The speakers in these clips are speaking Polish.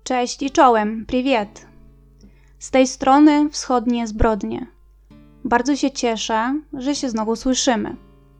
Cześć i czołem, привет! Z tej strony Wschodnie Zbrodnie. Bardzo się cieszę, że się znowu słyszymy.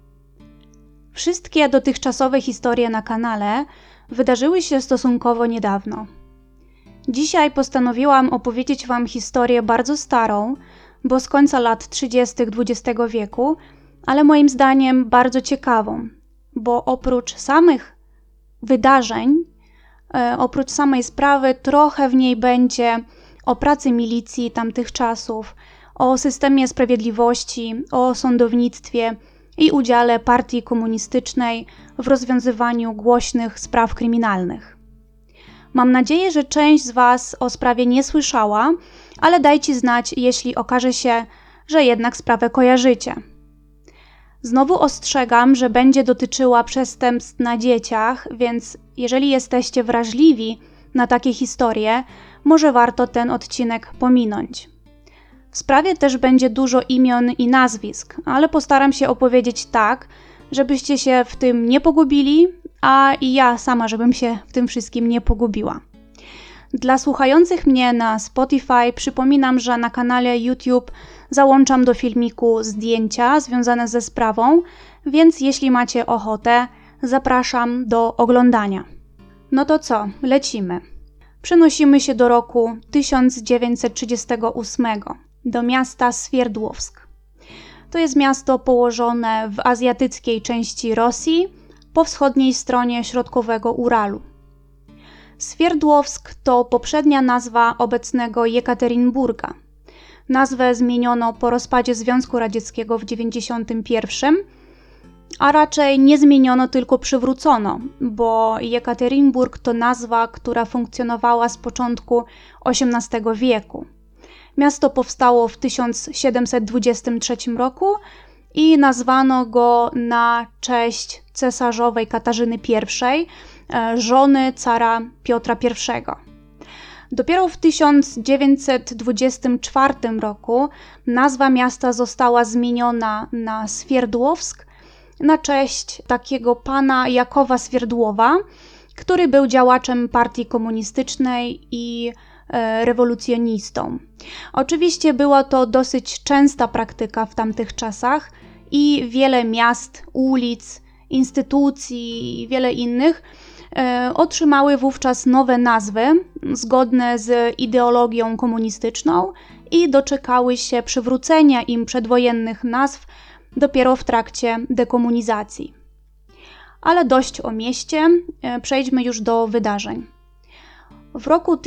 Wszystkie dotychczasowe historie na kanale wydarzyły się stosunkowo niedawno. Dzisiaj postanowiłam opowiedzieć Wam historię bardzo starą, bo z końca lat 30. XX wieku, ale moim zdaniem bardzo ciekawą, bo oprócz samych wydarzeń, oprócz samej sprawy, trochę w niej będzie o pracy milicji tamtych czasów, o systemie sprawiedliwości, o sądownictwie i udziale partii komunistycznej w rozwiązywaniu głośnych spraw kryminalnych. Mam nadzieję, że część z Was o sprawie nie słyszała, ale dajcie znać, jeśli okaże się, że jednak sprawę kojarzycie. Znowu ostrzegam, że będzie dotyczyła przestępstw na dzieciach, więc jeżeli jesteście wrażliwi na takie historie, może warto ten odcinek pominąć. W sprawie też będzie dużo imion i nazwisk, ale postaram się opowiedzieć tak, żebyście się w tym nie pogubili, a i ja sama, żebym się w tym wszystkim nie pogubiła. Dla słuchających mnie na Spotify przypominam, że na kanale YouTube załączam do filmiku zdjęcia związane ze sprawą, więc jeśli macie ochotę, zapraszam do oglądania. No to co, lecimy. Przenosimy się do roku 1938, do miasta Swierdłowsk. To jest miasto położone w azjatyckiej części Rosji, po wschodniej stronie środkowego Uralu. Swierdłowsk to poprzednia nazwa obecnego Jekaterinburga. Nazwę zmieniono po rozpadzie Związku Radzieckiego w 1991, a raczej nie zmieniono, tylko przywrócono, bo Jekaterinburg to nazwa, która funkcjonowała z początku XVIII wieku. Miasto powstało w 1723 roku i nazwano go na cześć cesarzowej Katarzyny I, żony cara Piotra I. Dopiero w 1924 roku nazwa miasta została zmieniona na Swierdłowsk na cześć takiego pana Jakowa Swierdłowa, który był działaczem partii komunistycznej i rewolucjonistą. Oczywiście była to dosyć częsta praktyka w tamtych czasach i wiele miast, ulic, instytucji i wiele innych otrzymały wówczas nowe nazwy zgodne z ideologią komunistyczną i doczekały się przywrócenia im przedwojennych nazw dopiero w trakcie dekomunizacji. Ale dość o mieście, przejdźmy już do wydarzeń. W roku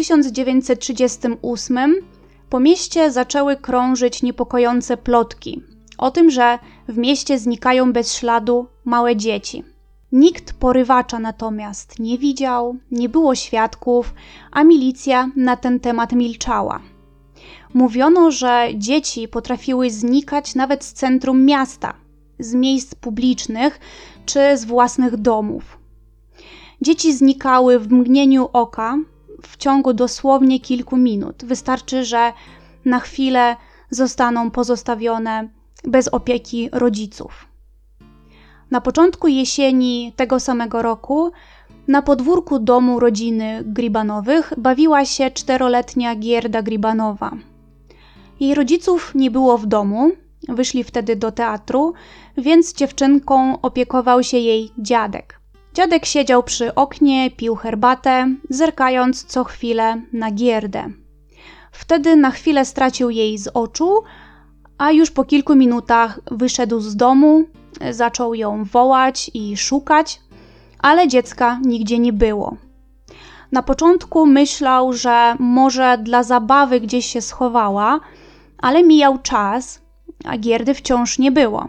1938 po mieście zaczęły krążyć niepokojące plotki o tym, że w mieście znikają bez śladu małe dzieci. Nikt porywacza natomiast nie widział, nie było świadków, a milicja na ten temat milczała. Mówiono, że dzieci potrafiły znikać nawet z centrum miasta, z miejsc publicznych czy z własnych domów. Dzieci znikały w mgnieniu oka w ciągu dosłownie kilku minut. Wystarczy, że na chwilę zostaną pozostawione bez opieki rodziców. Na początku jesieni tego samego roku na podwórku domu rodziny Gribanowych bawiła się 4-letnia Gierda Gribanowa. Jej rodziców nie było w domu, wyszli wtedy do teatru, więc dziewczynką opiekował się jej dziadek. Dziadek siedział przy oknie, pił herbatę, zerkając co chwilę na Gierdę. Wtedy na chwilę stracił jej z oczu, a już po kilku minutach wyszedł z domu, zaczął ją wołać i szukać, ale dziecka nigdzie nie było. Na początku myślał, że może dla zabawy gdzieś się schowała, ale mijał czas, a Gierdy wciąż nie było.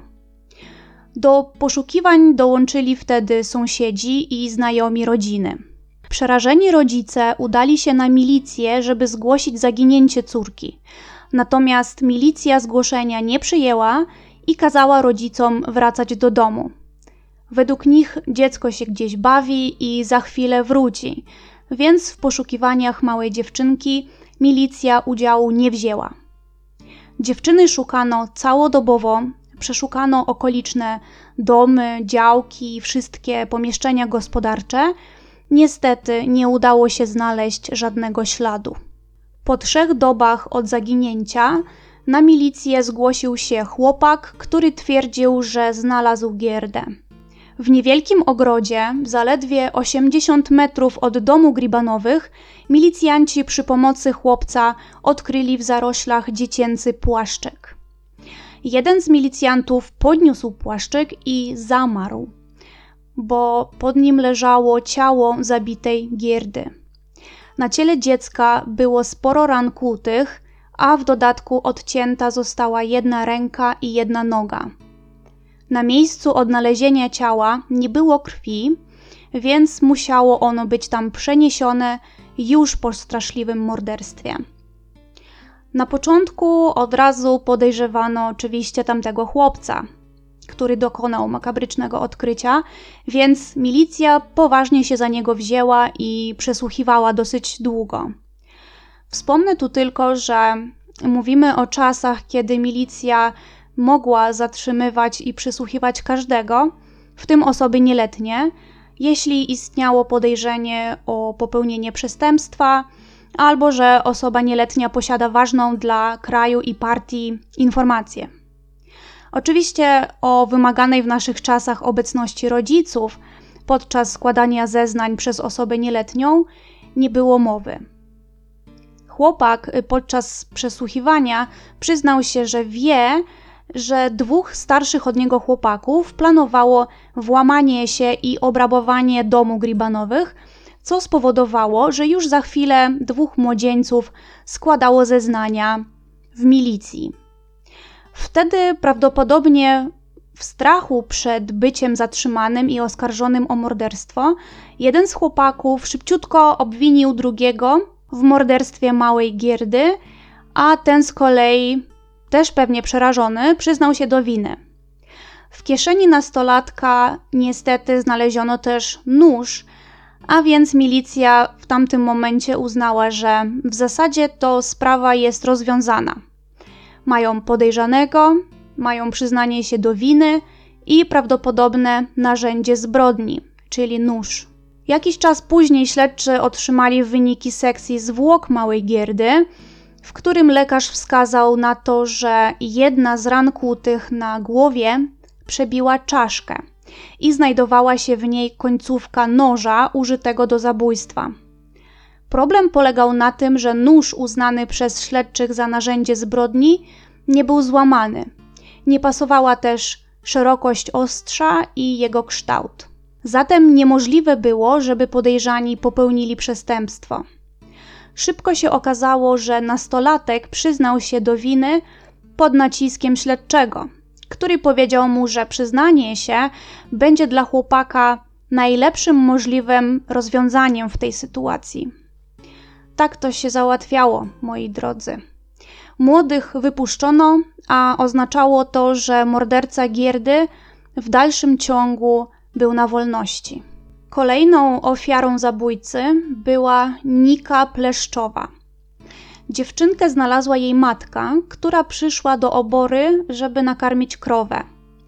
Do poszukiwań dołączyli wtedy sąsiedzi i znajomi rodziny. Przerażeni rodzice udali się na milicję, żeby zgłosić zaginięcie córki. Natomiast milicja zgłoszenia nie przyjęła i kazała rodzicom wracać do domu. Według nich dziecko się gdzieś bawi i za chwilę wróci, więc w poszukiwaniach małej dziewczynki milicja udziału nie wzięła. Dziewczyny szukano całodobowo, przeszukano okoliczne domy, działki, wszystkie pomieszczenia gospodarcze, Niestety nie udało się znaleźć żadnego śladu. Po 3 dobach od zaginięcia na milicję zgłosił się chłopak, który twierdził, że znalazł Gerdę. W niewielkim ogrodzie, zaledwie 80 metrów od domu Gribanowych, milicjanci przy pomocy chłopca odkryli w zaroślach dziecięcy płaszczyk. Jeden z milicjantów podniósł płaszczyk i zamarł, bo pod nim leżało ciało zabitej Gerdy. Na ciele dziecka było sporo ran kłutych, a w dodatku odcięta została jedna ręka i jedna noga. Na miejscu odnalezienia ciała nie było krwi, więc musiało ono być tam przeniesione już po straszliwym morderstwie. Na początku od razu podejrzewano oczywiście tamtego chłopca, który dokonał makabrycznego odkrycia, więc milicja poważnie się za niego wzięła i przesłuchiwała dosyć długo. Wspomnę tu tylko, że mówimy o czasach, kiedy milicja mogła zatrzymywać i przesłuchiwać każdego, w tym osoby nieletnie, jeśli istniało podejrzenie o popełnienie przestępstwa albo że osoba nieletnia posiada ważną dla kraju i partii informację. Oczywiście o wymaganej w naszych czasach obecności rodziców podczas składania zeznań przez osobę nieletnią nie było mowy. Chłopak podczas przesłuchiwania przyznał się, że wie, że 2 starszych od niego chłopaków planowało włamanie się i obrabowanie domu Gribanowych, co spowodowało, że już za chwilę 2 młodzieńców składało zeznania w milicji. Wtedy prawdopodobnie w strachu przed byciem zatrzymanym i oskarżonym o morderstwo, jeden z chłopaków szybciutko obwinił drugiego w morderstwie małej Gerdy, a ten z kolei, też pewnie przerażony, przyznał się do winy. W kieszeni nastolatka niestety znaleziono też nóż, a więc milicja w tamtym momencie uznała, że w zasadzie to sprawa jest rozwiązana. Mają podejrzanego, mają przyznanie się do winy i prawdopodobne narzędzie zbrodni, czyli nóż. Jakiś czas później śledczy otrzymali wyniki sekcji zwłok małej Gerdy, w którym lekarz wskazał na to, że jedna z ran kłutych na głowie przebiła czaszkę i znajdowała się w niej końcówka noża użytego do zabójstwa. Problem polegał na tym, że nóż uznany przez śledczych za narzędzie zbrodni nie był złamany. Nie pasowała też szerokość ostrza i jego kształt. Zatem niemożliwe było, żeby podejrzani popełnili przestępstwo. Szybko się okazało, że nastolatek przyznał się do winy pod naciskiem śledczego, który powiedział mu, że przyznanie się będzie dla chłopaka najlepszym możliwym rozwiązaniem w tej sytuacji. Tak to się załatwiało, moi drodzy. Młodych wypuszczono, a oznaczało to, że morderca Gerdy w dalszym ciągu był na wolności. Kolejną ofiarą zabójcy była Nika Pleszczowa. Dziewczynkę znalazła jej matka, która przyszła do obory, żeby nakarmić krowę.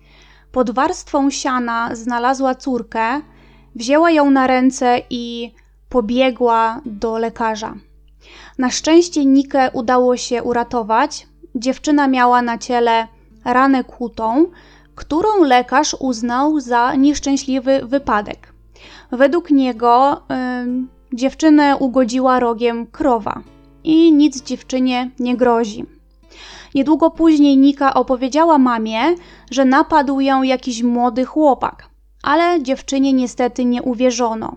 Pod warstwą siana znalazła córkę, wzięła ją na ręce i pobiegła do lekarza. Na szczęście Nikę udało się uratować. Dziewczyna miała na ciele ranę kłutą, którą lekarz uznał za nieszczęśliwy wypadek. Według niego dziewczynę ugodziła rogiem krowa i nic dziewczynie nie grozi. Niedługo później Nika opowiedziała mamie, że napadł ją jakiś młody chłopak, ale dziewczynie niestety nie uwierzono.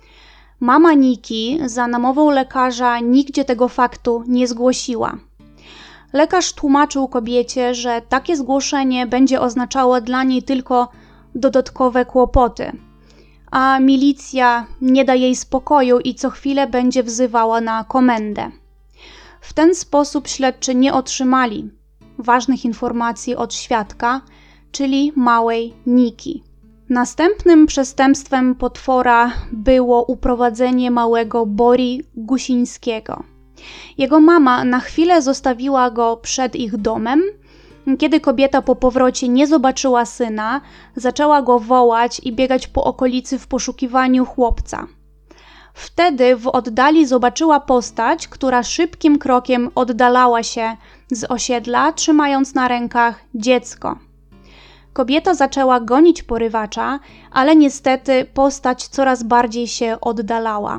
Mama Niki za namową lekarza nigdzie tego faktu nie zgłosiła. Lekarz tłumaczył kobiecie, że takie zgłoszenie będzie oznaczało dla niej tylko dodatkowe kłopoty, a milicja nie da jej spokoju i co chwilę będzie wzywała na komendę. W ten sposób śledczy nie otrzymali ważnych informacji od świadka, czyli małej Niki. Następnym przestępstwem potwora było uprowadzenie małego Bori Gusińskiego. Jego mama na chwilę zostawiła go przed ich domem. Kiedy kobieta po powrocie nie zobaczyła syna, zaczęła go wołać i biegać po okolicy w poszukiwaniu chłopca. Wtedy w oddali zobaczyła postać, która szybkim krokiem oddalała się z osiedla, trzymając na rękach dziecko. Kobieta zaczęła gonić porywacza, ale niestety postać coraz bardziej się oddalała.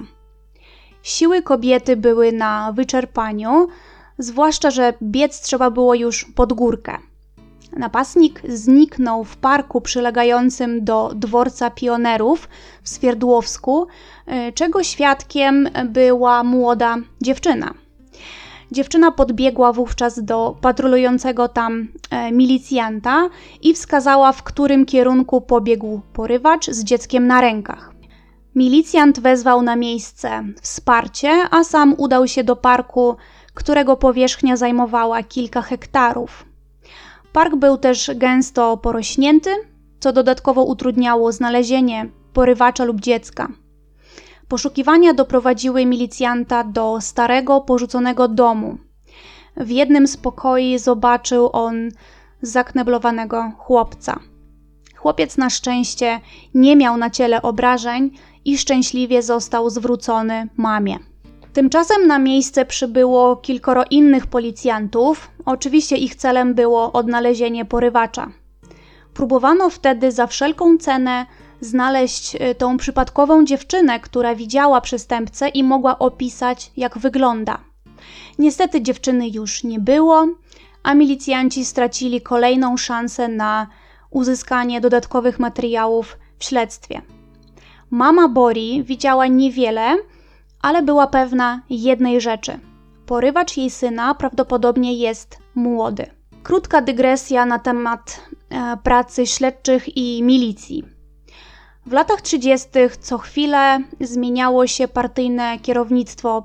Siły kobiety były na wyczerpaniu, zwłaszcza że biec trzeba było już pod górkę. Napastnik zniknął w parku przylegającym do dworca pionerów w Swierdłowsku, czego świadkiem była młoda dziewczyna. Dziewczyna podbiegła wówczas do patrolującego tam milicjanta i wskazała, w którym kierunku pobiegł porywacz z dzieckiem na rękach. Milicjant wezwał na miejsce wsparcie, a sam udał się do parku, którego powierzchnia zajmowała kilka hektarów. Park był też gęsto porośnięty, co dodatkowo utrudniało znalezienie porywacza lub dziecka. Poszukiwania doprowadziły milicjanta do starego, porzuconego domu. W jednym z pokoi zobaczył on zakneblowanego chłopca. Chłopiec na szczęście nie miał na ciele obrażeń i szczęśliwie został zwrócony mamie. Tymczasem na miejsce przybyło kilkoro innych policjantów. Oczywiście ich celem było odnalezienie porywacza. Próbowano wtedy za wszelką cenę znaleźć tą przypadkową dziewczynę, która widziała przestępcę i mogła opisać, jak wygląda. Niestety dziewczyny już nie było, a milicjanci stracili kolejną szansę na uzyskanie dodatkowych materiałów w śledztwie. Mama Bori widziała niewiele, ale była pewna jednej rzeczy. Porywacz jej syna prawdopodobnie jest młody. Krótka dygresja na temat pracy śledczych i milicji. W latach 30. co chwilę zmieniało się partyjne kierownictwo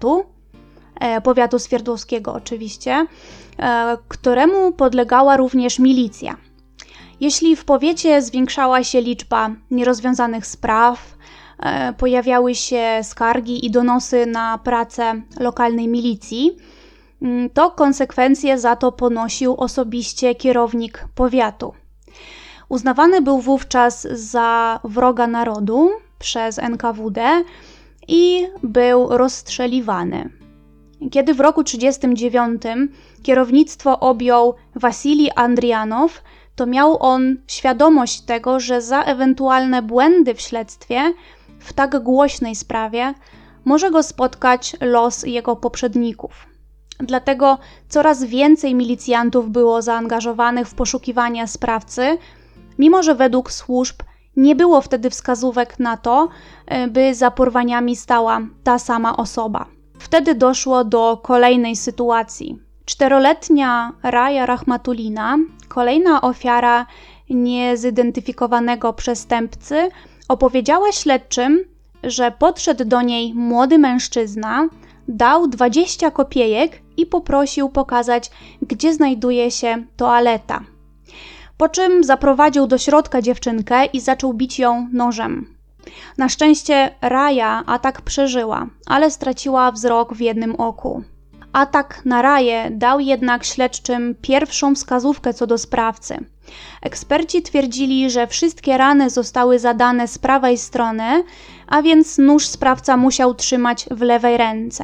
powiatu swierdłowskiego oczywiście, któremu podlegała również milicja. Jeśli w powiecie zwiększała się liczba nierozwiązanych spraw, pojawiały się skargi i donosy na pracę lokalnej milicji, to konsekwencje za to ponosił osobiście kierownik powiatu. Uznawany był wówczas za wroga narodu przez NKWD i był rozstrzeliwany. Kiedy w roku 1939 kierownictwo objął Wasilij Andrianow, to miał on świadomość tego, że za ewentualne błędy w śledztwie w tak głośnej sprawie może go spotkać los jego poprzedników. Dlatego coraz więcej milicjantów było zaangażowanych w poszukiwania sprawcy, mimo że według służb nie było wtedy wskazówek na to, by za porwaniami stała ta sama osoba. Wtedy doszło do kolejnej sytuacji. 4-letnia Raja Rahmatulina, kolejna ofiara niezidentyfikowanego przestępcy, opowiedziała śledczym, że podszedł do niej młody mężczyzna, dał 20 kopiejek i poprosił pokazać, gdzie znajduje się toaleta. Po czym zaprowadził do środka dziewczynkę i zaczął bić ją nożem. Na szczęście Raja atak przeżyła, ale straciła wzrok w jednym oku. Atak na Raję dał jednak śledczym pierwszą wskazówkę co do sprawcy. Eksperci twierdzili, że wszystkie rany zostały zadane z prawej strony, a więc nóż sprawca musiał trzymać w lewej ręce.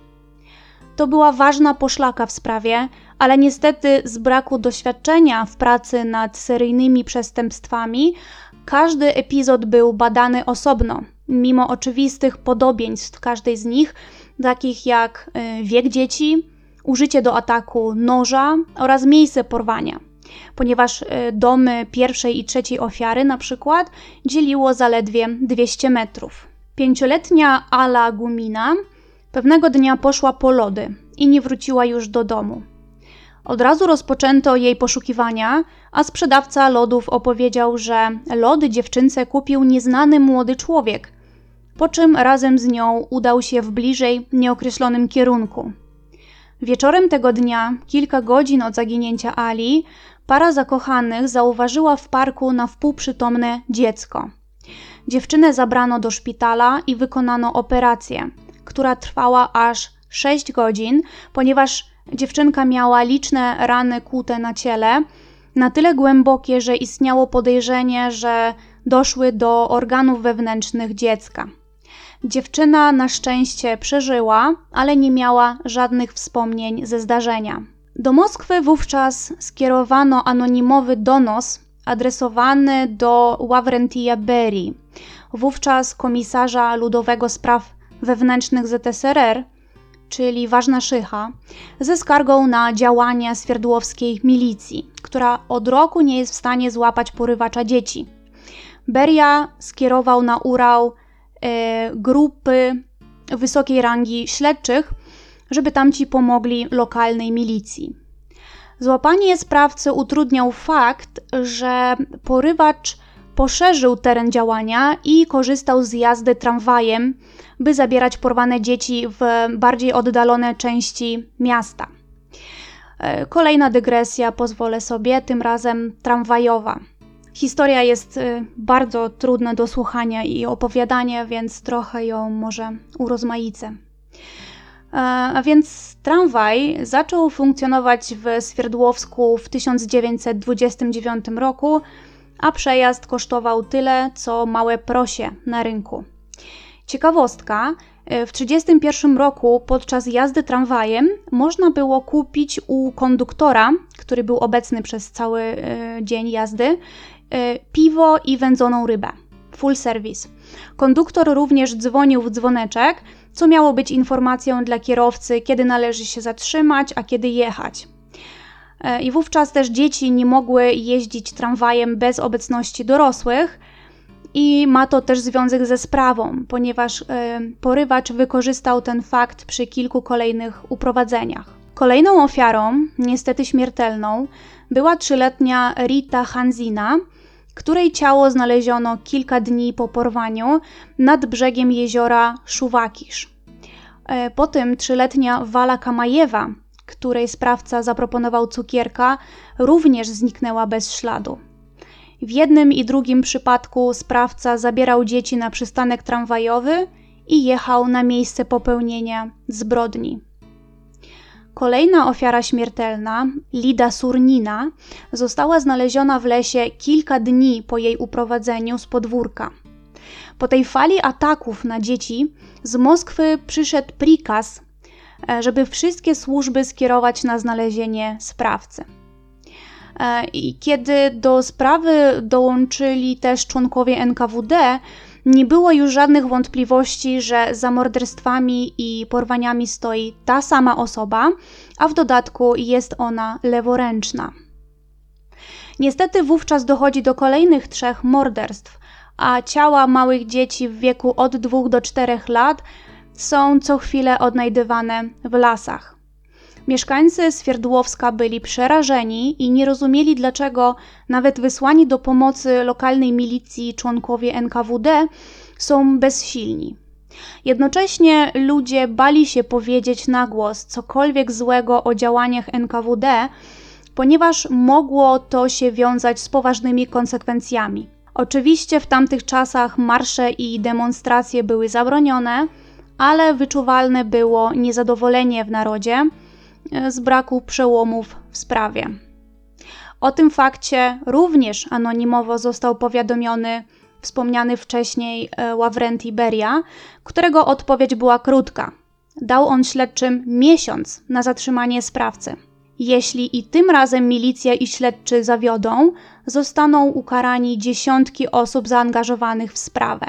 To była ważna poszlaka w sprawie, ale niestety z braku doświadczenia w pracy nad seryjnymi przestępstwami każdy epizod był badany osobno, mimo oczywistych podobieństw każdej z nich, takich jak wiek dzieci, użycie do ataku noża oraz miejsce porwania, ponieważ domy pierwszej i trzeciej ofiary na przykład dzieliło zaledwie 200 metrów. 5-letnia Ala Gumina pewnego dnia poszła po lody i nie wróciła już do domu. Od razu rozpoczęto jej poszukiwania, a sprzedawca lodów opowiedział, że lody dziewczynce kupił nieznany młody człowiek, po czym razem z nią udał się w bliżej nieokreślonym kierunku. Wieczorem tego dnia, kilka godzin od zaginięcia Ali, para zakochanych zauważyła w parku na wpół przytomne dziecko. Dziewczynę zabrano do szpitala i wykonano operację, która trwała aż 6 godzin, ponieważ dziewczynka miała liczne rany kłute na ciele, na tyle głębokie, że istniało podejrzenie, że doszły do organów wewnętrznych dziecka. Dziewczyna na szczęście przeżyła, ale nie miała żadnych wspomnień ze zdarzenia. Do Moskwy wówczas skierowano anonimowy donos adresowany do Ławrentija Berii, wówczas komisarza ludowego spraw wewnętrznych ZSRR, czyli ważna szycha, ze skargą na działania swierdłowskiej milicji, która od roku nie jest w stanie złapać porywacza dzieci. Beria skierował na Urał grupy wysokiej rangi śledczych, żeby tamci pomogli lokalnej milicji. Złapanie sprawcy utrudniał fakt, że porywacz poszerzył teren działania i korzystał z jazdy tramwajem, by zabierać porwane dzieci w bardziej oddalone części miasta. Kolejna dygresja, pozwolę sobie, tym razem tramwajowa. Historia jest bardzo trudna do słuchania i opowiadania, więc trochę ją może urozmaicę. A więc tramwaj zaczął funkcjonować w Swierdłowsku w 1929 roku, a przejazd kosztował tyle, co małe prosie na rynku. Ciekawostka, w 1931 roku podczas jazdy tramwajem można było kupić u konduktora, który był obecny przez cały dzień jazdy, piwo i wędzoną rybę. Full service. Konduktor również dzwonił w dzwoneczek, co miało być informacją dla kierowcy, kiedy należy się zatrzymać, a kiedy jechać. I wówczas też dzieci nie mogły jeździć tramwajem bez obecności dorosłych i ma to też związek ze sprawą, ponieważ porywacz wykorzystał ten fakt przy kilku kolejnych uprowadzeniach. Kolejną ofiarą, niestety śmiertelną, była 3-letnia Rita Hanzina, której ciało znaleziono kilka dni po porwaniu nad brzegiem jeziora Szuwakisz. Potem 3-letnia Wala Kamajewa, której sprawca zaproponował cukierka, również zniknęła bez śladu. W jednym i drugim przypadku sprawca zabierał dzieci na przystanek tramwajowy i jechał na miejsce popełnienia zbrodni. Kolejna ofiara śmiertelna, Lida Surnina, została znaleziona w lesie kilka dni po jej uprowadzeniu z podwórka. Po tej fali ataków na dzieci z Moskwy przyszedł prikaz, żeby wszystkie służby skierować na znalezienie sprawcy. I kiedy do sprawy dołączyli też członkowie NKWD, nie było już żadnych wątpliwości, że za morderstwami i porwaniami stoi ta sama osoba, a w dodatku jest ona leworęczna. Niestety wówczas dochodzi do kolejnych 3 morderstw, a ciała małych dzieci w wieku od 2 do 4 lat są co chwilę odnajdywane w lasach. Mieszkańcy Swierdłowska byli przerażeni i nie rozumieli, dlaczego nawet wysłani do pomocy lokalnej milicji członkowie NKWD są bezsilni. Jednocześnie ludzie bali się powiedzieć na głos cokolwiek złego o działaniach NKWD, ponieważ mogło to się wiązać z poważnymi konsekwencjami. Oczywiście w tamtych czasach marsze i demonstracje były zabronione, ale wyczuwalne było niezadowolenie w narodzie z braku przełomów w sprawie. O tym fakcie również anonimowo został powiadomiony wspomniany wcześniej Ławrentij Beria, którego odpowiedź była krótka. Dał on śledczym miesiąc na zatrzymanie sprawcy. Jeśli i tym razem milicja i śledczy zawiodą, zostaną ukarani dziesiątki osób zaangażowanych w sprawę.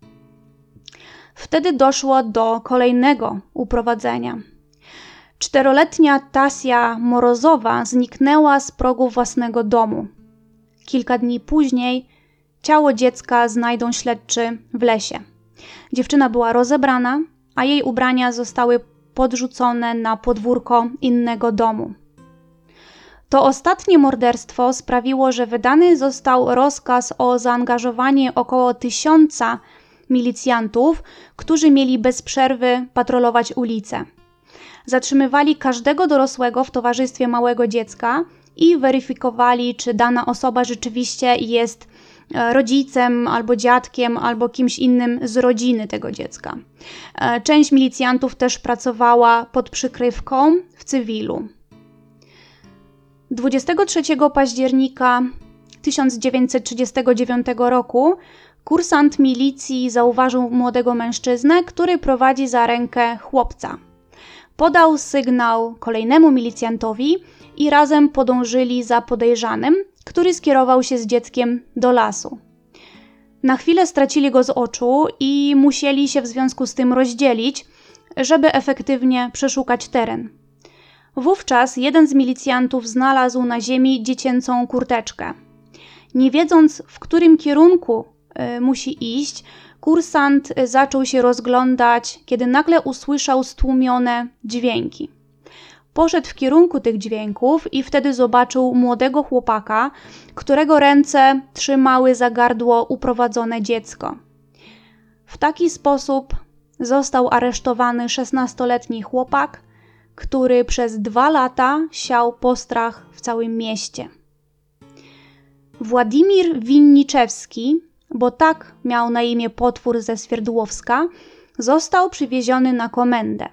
Wtedy doszło do kolejnego uprowadzenia. 4-letnia Tasia Morozowa zniknęła z progu własnego domu. Kilka dni później ciało dziecka znajdą śledczy w lesie. Dziewczyna była rozebrana, a jej ubrania zostały podrzucone na podwórko innego domu. To ostatnie morderstwo sprawiło, że wydany został rozkaz o zaangażowanie około 1000 milicjantów, którzy mieli bez przerwy patrolować ulice. Zatrzymywali każdego dorosłego w towarzystwie małego dziecka i weryfikowali, czy dana osoba rzeczywiście jest rodzicem, albo dziadkiem, albo kimś innym z rodziny tego dziecka. Część milicjantów też pracowała pod przykrywką w cywilu. 23 października 1939 roku Kursant milicji zauważył młodego mężczyznę, który prowadzi za rękę chłopca. Podał sygnał kolejnemu milicjantowi i razem podążyli za podejrzanym, który skierował się z dzieckiem do lasu. Na chwilę stracili go z oczu i musieli się w związku z tym rozdzielić, żeby efektywnie przeszukać teren. Wówczas jeden z milicjantów znalazł na ziemi dziecięcą kurteczkę. Nie wiedząc, w którym kierunku musi iść, kursant zaczął się rozglądać, kiedy nagle usłyszał stłumione dźwięki. Poszedł w kierunku tych dźwięków i wtedy zobaczył młodego chłopaka, którego ręce trzymały za gardło uprowadzone dziecko. W taki sposób został aresztowany 16-letni chłopak, który przez 2 lata siał postrach w całym mieście. Władimir Winniczewski, bo tak miał na imię potwór ze Swierdłowska, został przywieziony na komendę.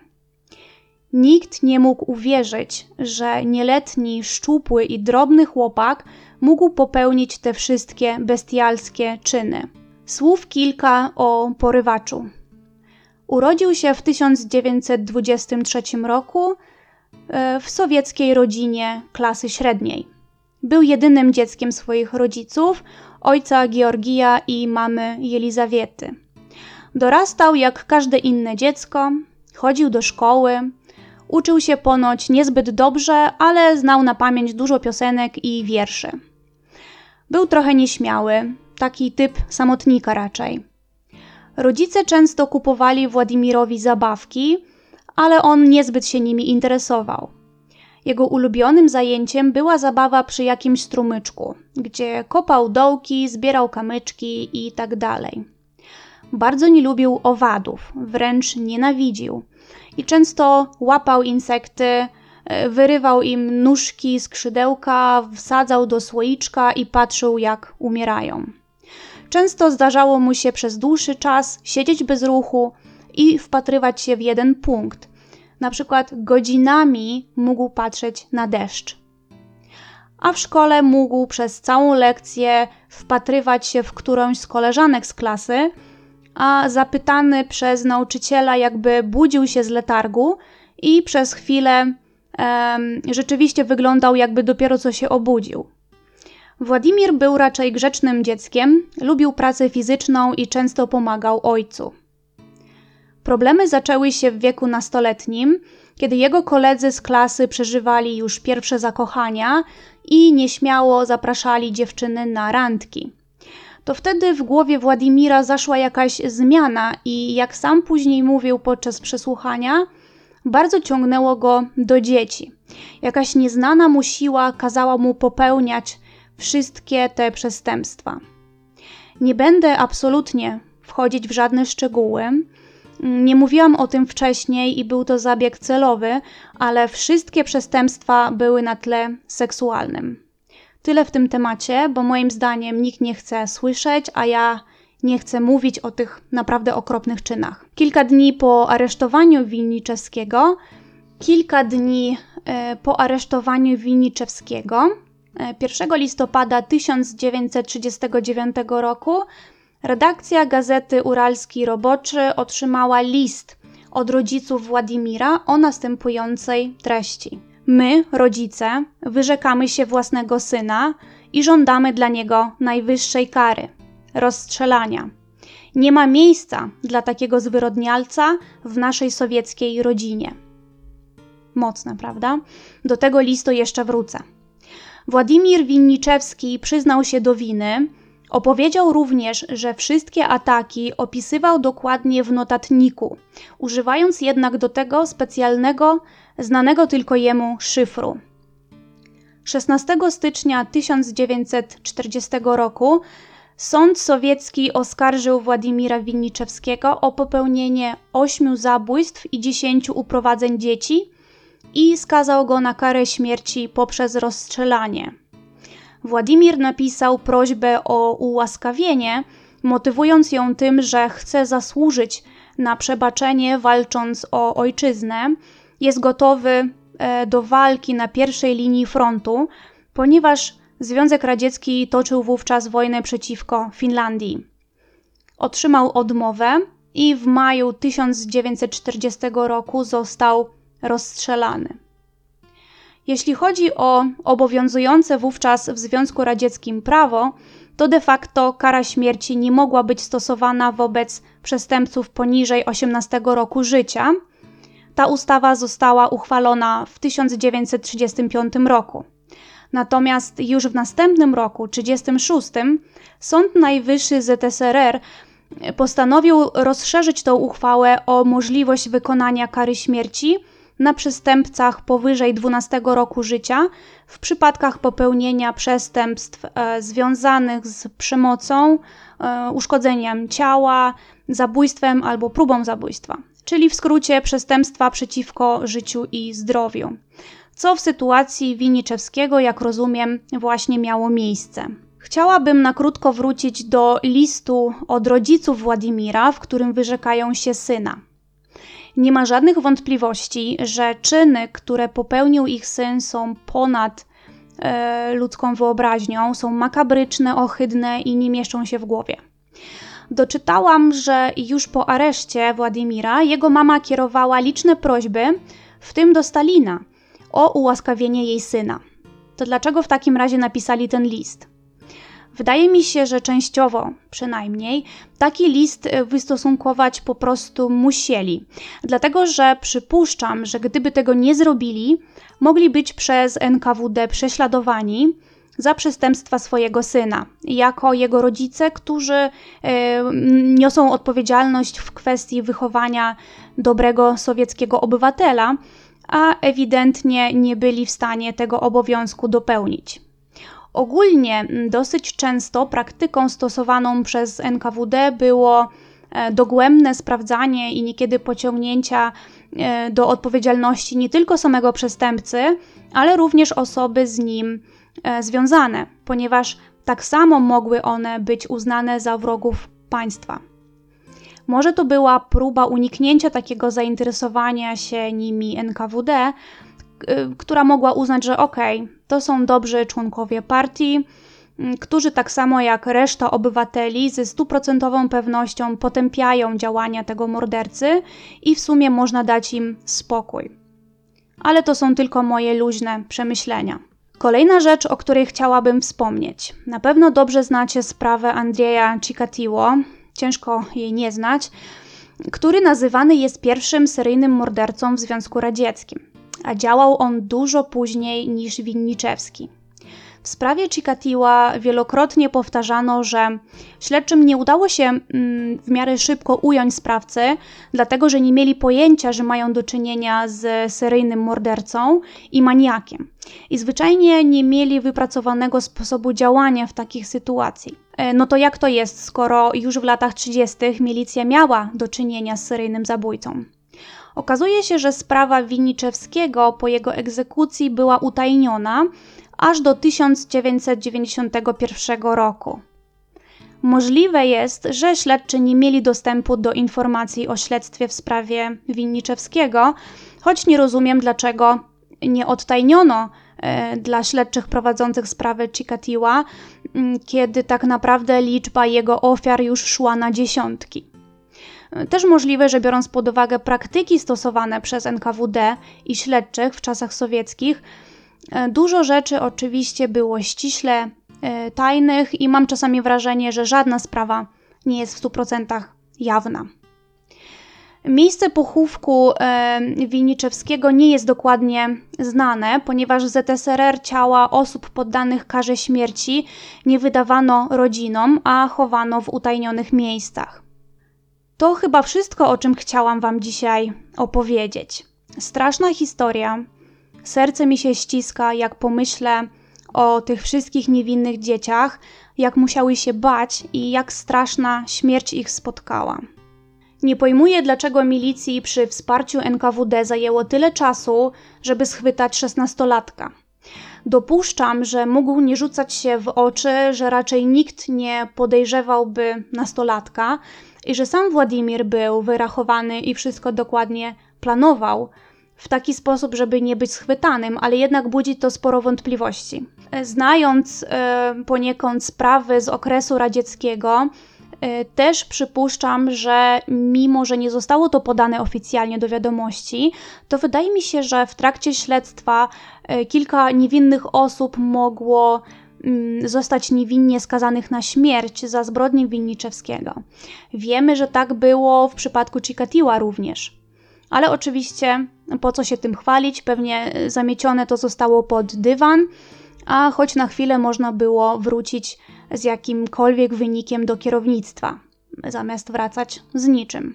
Nikt nie mógł uwierzyć, że nieletni, szczupły i drobny chłopak mógł popełnić te wszystkie bestialskie czyny. Słów kilka o porywaczu. Urodził się w 1923 roku w sowieckiej rodzinie klasy średniej. Był jedynym dzieckiem swoich rodziców, ojca Georgija i mamy Jelizawiety. Dorastał jak każde inne dziecko, chodził do szkoły, uczył się ponoć niezbyt dobrze, ale znał na pamięć dużo piosenek i wierszy. Był trochę nieśmiały, taki typ samotnika raczej. Rodzice często kupowali Władimirowi zabawki, ale on niezbyt się nimi interesował. Jego ulubionym zajęciem była zabawa przy jakimś strumyczku, gdzie kopał dołki, zbierał kamyczki i tak dalej. Bardzo nie lubił owadów, wręcz nienawidził i często łapał insekty, wyrywał im nóżki, skrzydełka, wsadzał do słoiczka i patrzył, jak umierają. Często zdarzało mu się przez dłuższy czas siedzieć bez ruchu i wpatrywać się w jeden punkt. Na przykład godzinami mógł patrzeć na deszcz. A w szkole mógł przez całą lekcję wpatrywać się w którąś z koleżanek z klasy, a zapytany przez nauczyciela jakby budził się z letargu i przez chwilę rzeczywiście wyglądał, jakby dopiero co się obudził. Władimir był raczej grzecznym dzieckiem, lubił pracę fizyczną i często pomagał ojcu. Problemy zaczęły się w wieku nastoletnim, kiedy jego koledzy z klasy przeżywali już pierwsze zakochania i nieśmiało zapraszali dziewczyny na randki. To wtedy w głowie Władimira zaszła jakaś zmiana i jak sam później mówił podczas przesłuchania, bardzo ciągnęło go do dzieci. Jakaś nieznana mu siła kazała mu popełniać wszystkie te przestępstwa. Nie będę absolutnie wchodzić w żadne szczegóły. Nie mówiłam o tym wcześniej i był to zabieg celowy, ale wszystkie przestępstwa były na tle seksualnym. Tyle w tym temacie, bo moim zdaniem nikt nie chce słyszeć, a ja nie chcę mówić o tych naprawdę okropnych czynach. Kilka dni po aresztowaniu Winniczewskiego, 1 listopada 1939 roku, redakcja Gazety Uralski Roboczy otrzymała list od rodziców Władimira o następującej treści. My, rodzice, wyrzekamy się własnego syna i żądamy dla niego najwyższej kary – rozstrzelania. Nie ma miejsca dla takiego zwyrodnialca w naszej sowieckiej rodzinie. Mocne, prawda? Do tego listu jeszcze wrócę. Władimir Winniczewski przyznał się do winy. Opowiedział również, że wszystkie ataki opisywał dokładnie w notatniku, używając jednak do tego specjalnego, znanego tylko jemu szyfru. 16 stycznia 1940 roku sąd sowiecki oskarżył Władimira Winniczewskiego o popełnienie 8 zabójstw i 10 uprowadzeń dzieci i skazał go na karę śmierci poprzez rozstrzelanie. Władimir napisał prośbę o ułaskawienie, motywując ją tym, że chce zasłużyć na przebaczenie, walcząc o ojczyznę. Jest gotowy do walki na pierwszej linii frontu, ponieważ Związek Radziecki toczył wówczas wojnę przeciwko Finlandii. otrzymał odmowę i w maju 1940 roku został rozstrzelany. Jeśli chodzi o obowiązujące wówczas w Związku Radzieckim prawo, to de facto kara śmierci nie mogła być stosowana wobec przestępców poniżej 18 roku życia. Ta ustawa została uchwalona w 1935 roku. Natomiast już w następnym roku, 1936, Sąd Najwyższy ZSRR postanowił rozszerzyć tę uchwałę o możliwość wykonania kary śmierci na przestępcach powyżej 12 roku życia w przypadkach popełnienia przestępstw związanych z przemocą, uszkodzeniem ciała, zabójstwem albo próbą zabójstwa, czyli w skrócie przestępstwa przeciwko życiu i zdrowiu, co w sytuacji Winiczewskiego, jak rozumiem, właśnie miało miejsce. Chciałabym na krótko wrócić do listu od rodziców Władimira, w którym wyrzekają się syna. Nie ma żadnych wątpliwości, że czyny, które popełnił ich syn, są ponad ludzką wyobraźnią, są makabryczne, ohydne i nie mieszczą się w głowie. Doczytałam, że już po areszcie Władimira jego mama kierowała liczne prośby, w tym do Stalina, o ułaskawienie jej syna. To dlaczego w takim razie napisali ten list? Wydaje mi się, że częściowo przynajmniej taki list wystosunkować po prostu musieli, dlatego że przypuszczam, że gdyby tego nie zrobili, mogli być przez NKWD prześladowani za przestępstwa swojego syna, jako jego rodzice, którzy niosą odpowiedzialność w kwestii wychowania dobrego sowieckiego obywatela, a ewidentnie nie byli w stanie tego obowiązku dopełnić. Ogólnie dosyć często praktyką stosowaną przez NKWD było dogłębne sprawdzanie i niekiedy pociągnięcia do odpowiedzialności nie tylko samego przestępcy, ale również osoby z nim związane, ponieważ tak samo mogły one być uznane za wrogów państwa. Może to była próba uniknięcia takiego zainteresowania się nimi NKWD, która mogła uznać, że to są dobrzy członkowie partii, którzy tak samo jak reszta obywateli ze 100% pewnością potępiają działania tego mordercy i w sumie można dać im spokój. Ale to są tylko moje luźne przemyślenia. Kolejna rzecz, o której chciałabym wspomnieć. Na pewno dobrze znacie sprawę Andrzeja Chikatilo, ciężko jej nie znać, który nazywany jest pierwszym seryjnym mordercą w Związku Radzieckim, a działał on dużo później niż Winniczewski. W sprawie Chikatiła wielokrotnie powtarzano, że śledczym nie udało się w miarę szybko ująć sprawcy, dlatego że nie mieli pojęcia, że mają do czynienia z seryjnym mordercą i maniakiem. I zwyczajnie nie mieli wypracowanego sposobu działania w takich sytuacji. No to jak to jest, skoro już w latach 30. milicja miała do czynienia z seryjnym zabójcą? Okazuje się, że sprawa Winniczewskiego po jego egzekucji była utajniona aż do 1991 roku. Możliwe jest, że śledczy nie mieli dostępu do informacji o śledztwie w sprawie Winniczewskiego, choć nie rozumiem, dlaczego nie odtajniono dla śledczych prowadzących sprawę Chikatiła, kiedy tak naprawdę liczba jego ofiar już szła na dziesiątki. Też możliwe, że biorąc pod uwagę praktyki stosowane przez NKWD i śledczych w czasach sowieckich, dużo rzeczy oczywiście było ściśle tajnych i mam czasami wrażenie, że żadna sprawa nie jest w 100% jawna. Miejsce pochówku Winniczewskiego nie jest dokładnie znane, ponieważ w ZSRR ciała osób poddanych karze śmierci nie wydawano rodzinom, a chowano w utajnionych miejscach. To chyba wszystko, o czym chciałam Wam dzisiaj opowiedzieć. Straszna historia. Serce mi się ściska, jak pomyślę o tych wszystkich niewinnych dzieciach, jak musiały się bać i jak straszna śmierć ich spotkała. Nie pojmuję, dlaczego milicji przy wsparciu NKWD zajęło tyle czasu, żeby schwytać 16-latka. Dopuszczam, że mógł nie rzucać się w oczy, że raczej nikt nie podejrzewałby nastolatka i że sam Władimir był wyrachowany i wszystko dokładnie planował w taki sposób, żeby nie być schwytanym, ale jednak budzi to sporo wątpliwości. Znając poniekąd sprawy z okresu radzieckiego, Też przypuszczam, że mimo, że nie zostało to podane oficjalnie do wiadomości, to wydaje mi się, że w trakcie śledztwa kilka niewinnych osób mogło zostać niewinnie skazanych na śmierć za zbrodnię Winniczewskiego. Wiemy, że tak było w przypadku Chikatiła również. Ale oczywiście, po co się tym chwalić, pewnie zamiecione to zostało pod dywan, a choć na chwilę można było wrócić z jakimkolwiek wynikiem do kierownictwa, zamiast wracać z niczym.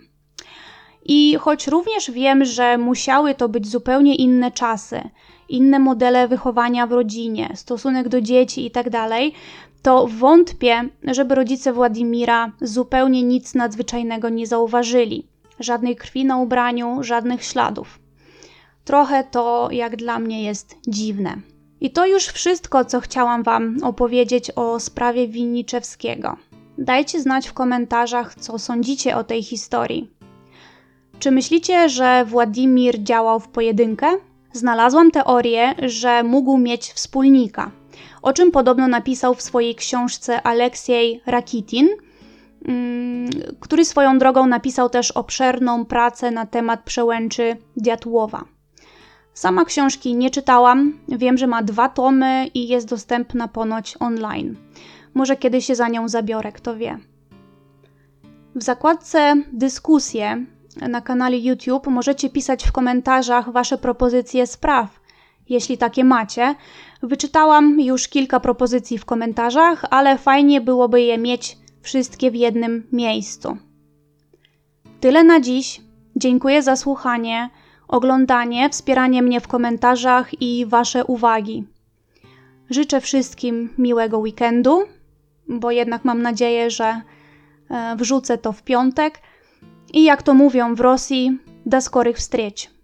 I choć również wiem, że musiały to być zupełnie inne czasy, inne modele wychowania w rodzinie, stosunek do dzieci itd., to wątpię, żeby rodzice Władimira zupełnie nic nadzwyczajnego nie zauważyli. Żadnej krwi na ubraniu, żadnych śladów. Trochę to, jak dla mnie, jest dziwne. I to już wszystko, co chciałam Wam opowiedzieć o sprawie Winniczewskiego. Dajcie znać w komentarzach, co sądzicie o tej historii. Czy myślicie, że Władimir działał w pojedynkę? Znalazłam teorię, że mógł mieć wspólnika, o czym podobno napisał w swojej książce Aleksiej Rakitin, który swoją drogą napisał też obszerną pracę na temat przełęczy Diatłowa. Sama książki nie czytałam, wiem, że ma 2 tomy i jest dostępna ponoć online. Może kiedyś się za nią zabiorę, kto wie. W zakładce dyskusje na kanale YouTube możecie pisać w komentarzach Wasze propozycje spraw, jeśli takie macie. Wyczytałam już kilka propozycji w komentarzach, ale fajnie byłoby je mieć wszystkie w jednym miejscu. Tyle na dziś. Dziękuję za słuchanie, oglądanie, wspieranie mnie w komentarzach i Wasze uwagi. Życzę wszystkim miłego weekendu, bo jednak mam nadzieję, że wrzucę to w piątek. I jak to mówią w Rosji, do skorych wstреч.